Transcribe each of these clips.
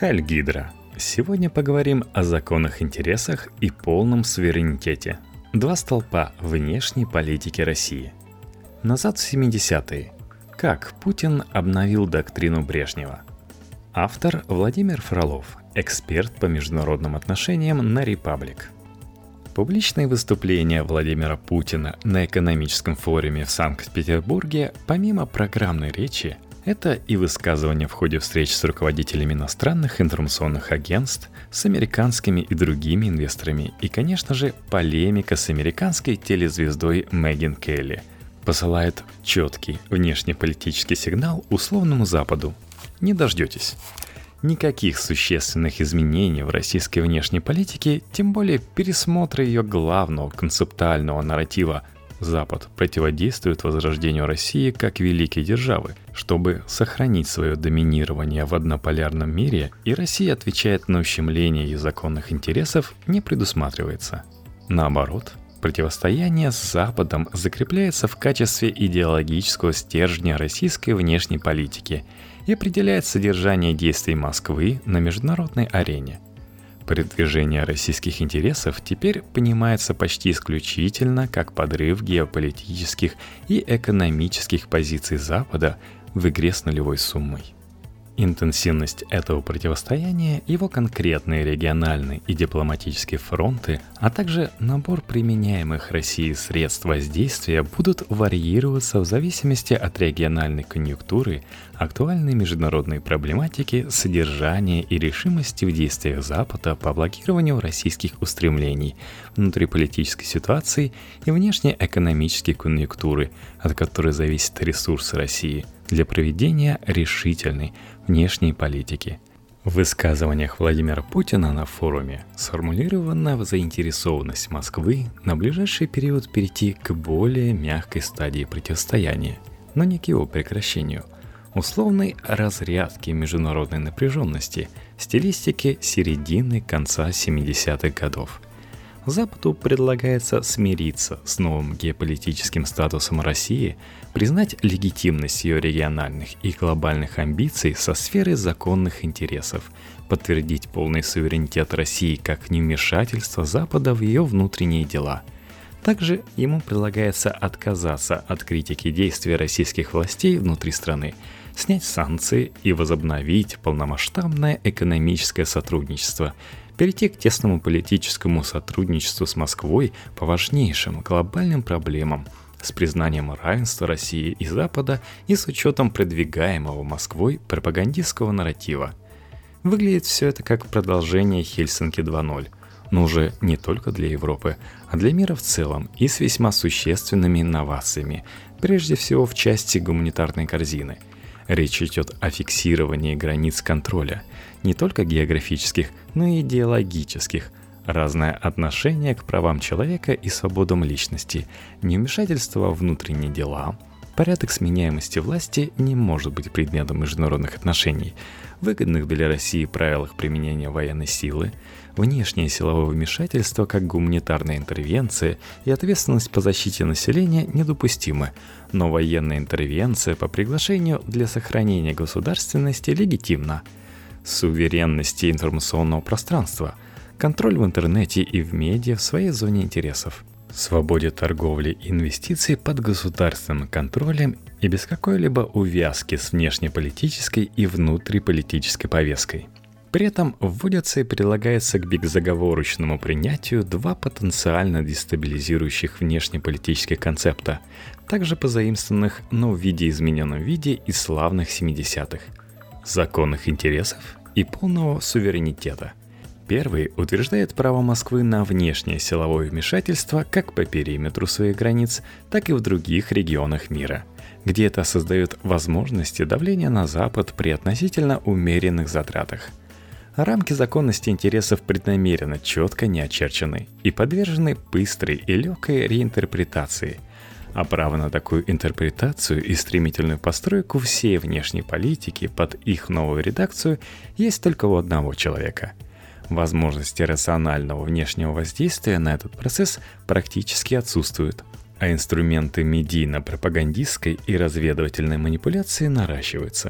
Хайль Гидра. Сегодня поговорим о законных интересах и полном суверенитете. Два столпа внешней политики России. Назад в 70-е. Как Путин обновил доктрину Брежнева. Автор Владимир Фролов, эксперт по международным отношениям на Репаблик. Публичные выступления Владимира Путина на экономическом форуме в Санкт-Петербурге, помимо программной речи, это и высказывания в ходе встреч с руководителями иностранных информационных агентств, с американскими и другими инвесторами и, конечно же, полемика с американской телезвездой Меган Келли посылает четкий внешнеполитический сигнал условному Западу. Не дождетесь. Никаких существенных изменений в российской внешней политике, тем более пересмотра ее главного концептуального нарратива «Запад противодействует возрождению России как великой державы, чтобы сохранить свое доминирование в однополярном мире, и Россия отвечает на ущемление ее законных интересов» не предусматривается. Наоборот, противостояние с Западом закрепляется в качестве идеологического стержня российской внешней политики и определяет содержание действий Москвы на международной арене. Продвижение российских интересов теперь понимается почти исключительно как подрыв геополитических и экономических позиций Запада в игре с нулевой суммой. Интенсивность этого противостояния, его конкретные региональные и дипломатические фронты, а также набор применяемых Россией средств воздействия будут варьироваться в зависимости от региональной конъюнктуры, актуальной международной проблематики, содержания и решимости в действиях Запада по блокированию российских устремлений, внутриполитической ситуации и внешнеэкономической конъюнктуры, от которой зависят ресурсы России для проведения решительной внешней политики. В высказываниях Владимира Путина на форуме сформулирована заинтересованность Москвы на ближайший период перейти к более мягкой стадии противостояния, но не к его прекращению, условной разрядке международной напряженности в стилистике середины-конца 70-х годов. Западу предлагается смириться с новым геополитическим статусом России, признать легитимность ее региональных и глобальных амбиций со сферы законных интересов, подтвердить полный суверенитет России как невмешательство Запада в ее внутренние дела. Также ему предлагается отказаться от критики действий российских властей внутри страны, снять санкции и возобновить полномасштабное экономическое сотрудничество, перейти к тесному политическому сотрудничеству с Москвой по важнейшим глобальным проблемам с признанием равенства России и Запада и с учетом продвигаемого Москвой пропагандистского нарратива. Выглядит все это как продолжение Хельсинки 2.0, но уже не только для Европы, а для мира в целом и с весьма существенными инновациями, прежде всего в части гуманитарной корзины. Речь идет о фиксировании границ контроля, не только географических, но и идеологических, разное отношение к правам человека и свободам личности, невмешательство во внутренние дела, порядок сменяемости власти не может быть предметом международных отношений, выгодных для России правилах применения военной силы, внешнее силовое вмешательство как гуманитарная интервенция и ответственность по защите населения недопустимы, но военная интервенция по приглашению для сохранения государственности легитимна. Суверенность информационного пространства, контроль в интернете и в медиа в своей зоне интересов, свободе торговли и инвестиций под государственным контролем и без какой-либо увязки с внешнеполитической и внутриполитической повесткой. При этом вводятся и прилагается к безоговорочному принятию два потенциально дестабилизирующих внешнеполитических концепта, также позаимствованных, но в виде измененном виде из славных 70-х – законных интересов и полного суверенитета. Первый утверждает право Москвы на внешнее силовое вмешательство как по периметру своих границ, так и в других регионах мира, где это создает возможности давления на Запад при относительно умеренных затратах. Рамки законности интересов преднамеренно четко не очерчены и подвержены быстрой и легкой реинтерпретации, а право на такую интерпретацию и стремительную постройку всей внешней политики под их новую редакцию есть только у одного человека. Возможности рационального внешнего воздействия на этот процесс практически отсутствуют, а инструменты медийно-пропагандистской и разведывательной манипуляции наращиваются.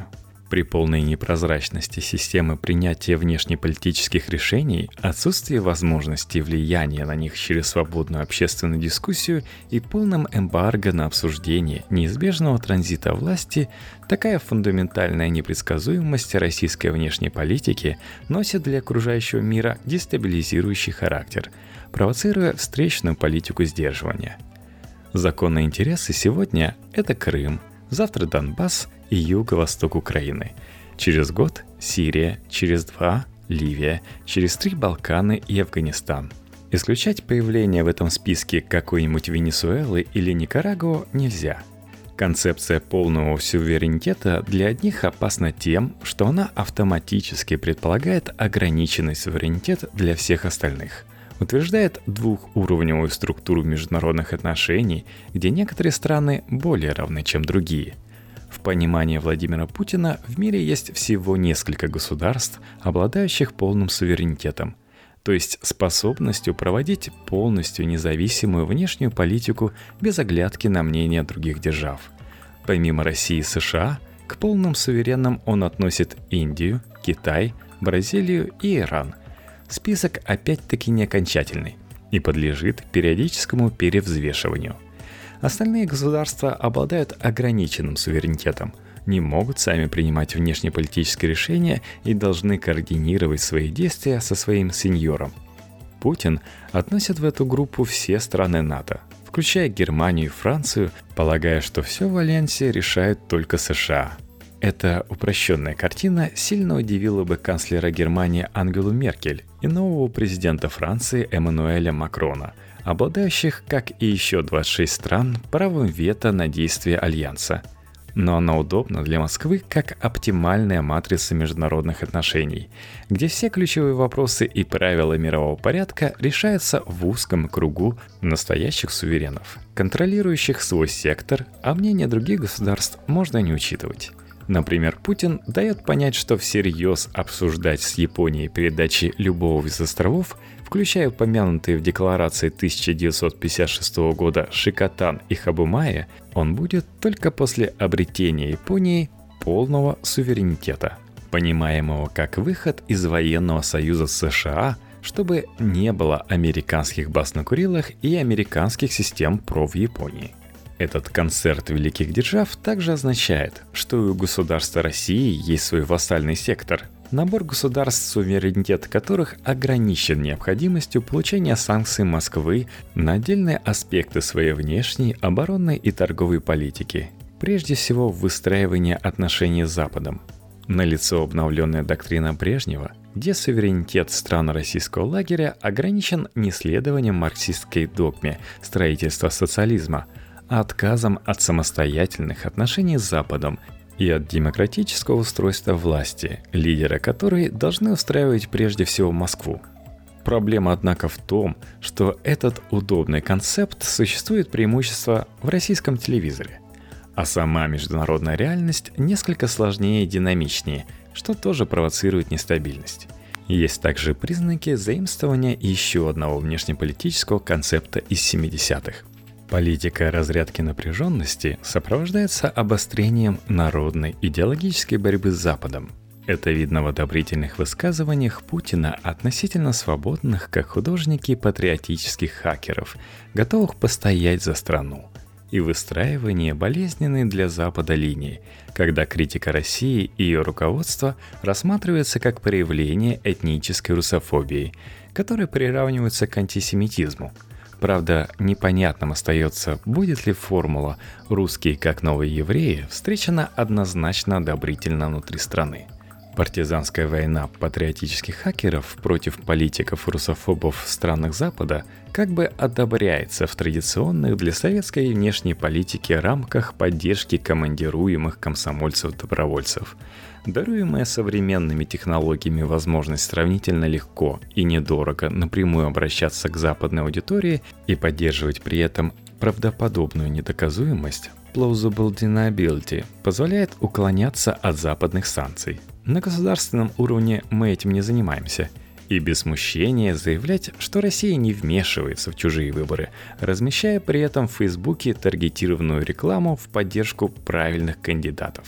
При полной непрозрачности системы принятия внешнеполитических решений, отсутствии возможности влияния на них через свободную общественную дискуссию и полном эмбарго на обсуждение неизбежного транзита власти, такая фундаментальная непредсказуемость российской внешней политики носит для окружающего мира дестабилизирующий характер, провоцируя встречную политику сдерживания. Законные интересы сегодня – это Крым, завтра Донбасс и юго-восток Украины. Через год – Сирия, через 2 – Ливия, через 3 – Балканы и Афганистан. Исключать появление в этом списке какой-нибудь Венесуэлы или Никарагуа нельзя. Концепция полного суверенитета для одних опасна тем, что она автоматически предполагает ограниченный суверенитет для всех остальных. Утверждает двухуровневую структуру международных отношений, где некоторые страны более равны, чем другие. В понимании Владимира Путина в мире есть всего несколько государств, обладающих полным суверенитетом, то есть способностью проводить полностью независимую внешнюю политику без оглядки на мнения других держав. Помимо России и США, к полным суверенам он относит Индию, Китай, Бразилию и Иран. Список опять-таки не окончательный и подлежит периодическому перевзвешиванию. Остальные государства обладают ограниченным суверенитетом, не могут сами принимать внешнеполитические решения и должны координировать свои действия со своим сеньором. Путин относит в эту группу все страны НАТО, включая Германию и Францию, полагая, что все в альянсе решают только США. Эта упрощенная картина сильно удивила бы канцлера Германии Ангелу Меркель и нового президента Франции Эммануэля Макрона, обладающих, как и еще 26 стран, правом вето на действия Альянса. Но она удобна для Москвы как оптимальная матрица международных отношений, где все ключевые вопросы и правила мирового порядка решаются в узком кругу настоящих суверенов, контролирующих свой сектор, а мнение других государств можно не учитывать. Например, Путин дает понять, что всерьез обсуждать с Японией передачи любого из островов, включая упомянутые в декларации 1956 года Шикотан и Хабумае, он будет только после обретения Японии полного суверенитета, понимаемого как выход из военного союза с США, чтобы не было американских баз на Курилах и американских систем ПРО в Японии. Этот концерт великих держав также означает, что у государства России есть свой вассальный сектор, набор государств, суверенитет которых ограничен необходимостью получения санкций Москвы на отдельные аспекты своей внешней, оборонной и торговой политики, прежде всего выстраивание отношений с Западом. Налицо обновленная доктрина Брежнева, где суверенитет стран российского лагеря ограничен не следованием марксистской догме строительства социализма, а отказом от самостоятельных отношений с Западом и от демократического устройства власти, лидеры которой должны устраивать прежде всего Москву. Проблема, однако, в том, что этот удобный концепт существует преимущество в российском телевизоре, а сама международная реальность несколько сложнее и динамичнее, что тоже провоцирует нестабильность. Есть также признаки заимствования еще одного внешнеполитического концепта из 70-х. Политика разрядки напряженности сопровождается обострением народной идеологической борьбы с Западом. Это видно в одобрительных высказываниях Путина относительно свободных, как художники, патриотических хакеров, готовых постоять за страну, и выстраивание болезненной для Запада линии, когда критика России и ее руководства рассматривается как проявление этнической русофобии, которая приравнивается к антисемитизму. Правда, непонятным остается, будет ли формула «русские как новые евреи» встречена однозначно одобрительно внутри страны. Партизанская война патриотических хакеров против политиков-русофобов в странах Запада как бы одобряется в традиционных для советской внешней политики рамках поддержки командируемых комсомольцев-добровольцев. Даруемая современными технологиями возможность сравнительно легко и недорого напрямую обращаться к западной аудитории и поддерживать при этом правдоподобную недоказуемость plausible deniability позволяет уклоняться от западных санкций. На государственном уровне мы этим не занимаемся. И без смущения заявлять, что Россия не вмешивается в чужие выборы, размещая при этом в Фейсбуке таргетированную рекламу в поддержку правильных кандидатов.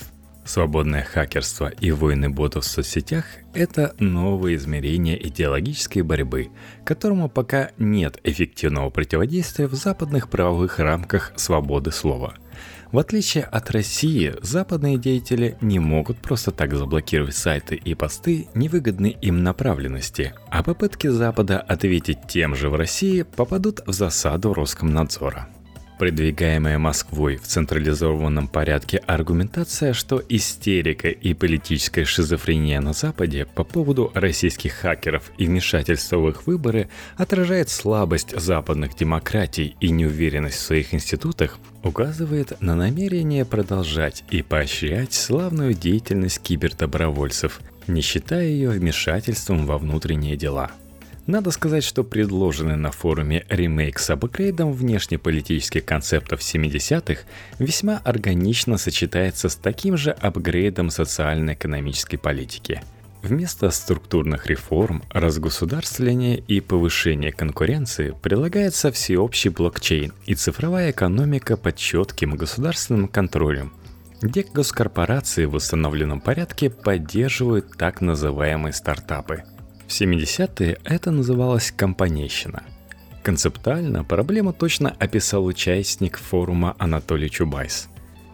Свободное хакерство и войны ботов в соцсетях – это новое измерение идеологической борьбы, которому пока нет эффективного противодействия в западных правовых рамках свободы слова. В отличие от России, западные деятели не могут просто так заблокировать сайты и посты невыгодной им направленности, а попытки Запада ответить тем же в России попадут в засаду Роскомнадзора. Продвигаемая Москвой в централизованном порядке аргументация, что истерика и политическая шизофрения на Западе по поводу российских хакеров и вмешательства в их выборы отражает слабость западных демократий и неуверенность в своих институтах, указывает на намерение продолжать и поощрять славную деятельность кибердобровольцев, не считая ее вмешательством во внутренние дела. Надо сказать, что предложенный на форуме ремейк с апгрейдом внешнеполитических концептов 70-х весьма органично сочетается с таким же апгрейдом социально-экономической политики. Вместо структурных реформ, разгосударствления и повышения конкуренции прилагается всеобщий блокчейн и цифровая экономика под четким государственным контролем, где госкорпорации в установленном порядке поддерживают так называемые стартапы. В 70-е это называлось компанейщина. Концептуально проблему точно описал участник форума Анатолий Чубайс.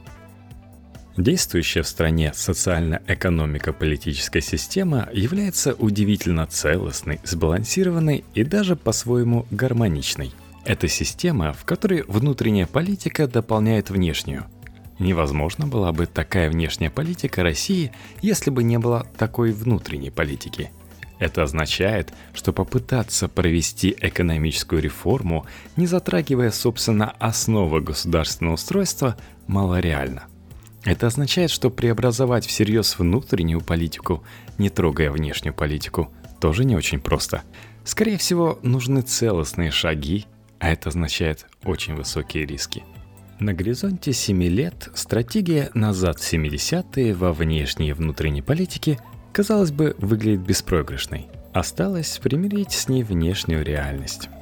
Действующая в стране социально-экономико-политическая система является удивительно целостной, сбалансированной и даже по-своему гармоничной. Это система, в которой внутренняя политика дополняет внешнюю. Невозможно была бы такая внешняя политика России, если бы не было такой внутренней политики. Это означает, что попытаться провести экономическую реформу, не затрагивая, собственно, основы государственного устройства, малореально. Это означает, что преобразовать всерьез внутреннюю политику, не трогая внешнюю политику, тоже не очень просто. Скорее всего, нужны целостные шаги, а это означает очень высокие риски. На горизонте 7 лет стратегия «назад в 70-е» во внешней и внутренней политике, казалось бы, выглядит беспроигрышной. Осталось примирить с ней внешнюю реальность.